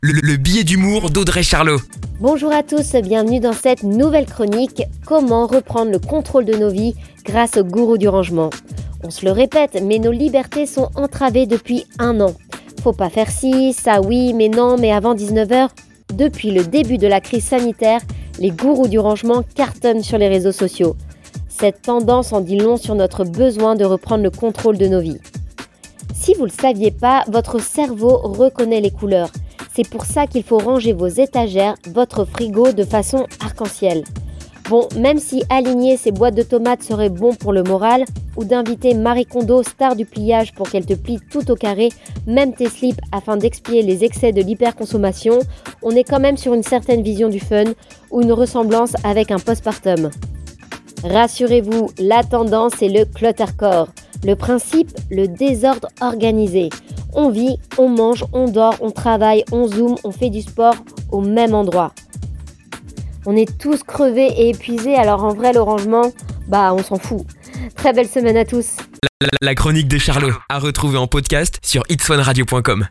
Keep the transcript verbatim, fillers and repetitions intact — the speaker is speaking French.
Le, le billet d'humour d'Audrey Charlot. Bonjour à tous, bienvenue dans cette nouvelle chronique « Comment reprendre le contrôle de nos vies grâce au gourou du rangement ». On se le répète, mais nos libertés sont entravées depuis un an. Faut pas faire ci, ça oui, mais non, mais avant dix-neuf heures. Depuis le début de la crise sanitaire, les gourous du rangement cartonnent sur les réseaux sociaux. Cette tendance en dit long sur notre besoin de reprendre le contrôle de nos vies. Si vous ne le saviez pas, votre cerveau reconnaît les couleurs. C'est pour ça qu'il faut ranger vos étagères, votre frigo de façon arc-en-ciel. Bon, même si aligner ces boîtes de tomates serait bon pour le moral, ou d'inviter Marie Kondo, star du pliage, pour qu'elle te plie tout au carré, même tes slips, afin d'expier les excès de l'hyperconsommation, on est quand même sur une certaine vision du fun, ou une ressemblance avec un postpartum. Rassurez-vous, la tendance est le cluttercore. Le principe, le désordre organisé. On vit, on mange, on dort, on travaille, on zoome, on fait du sport au même endroit. On est tous crevés et épuisés, alors en vrai le rangement, bah on s'en fout. Très belle semaine à tous. La, la, la chronique de Charlot, à retrouver en podcast sur its one radio point com.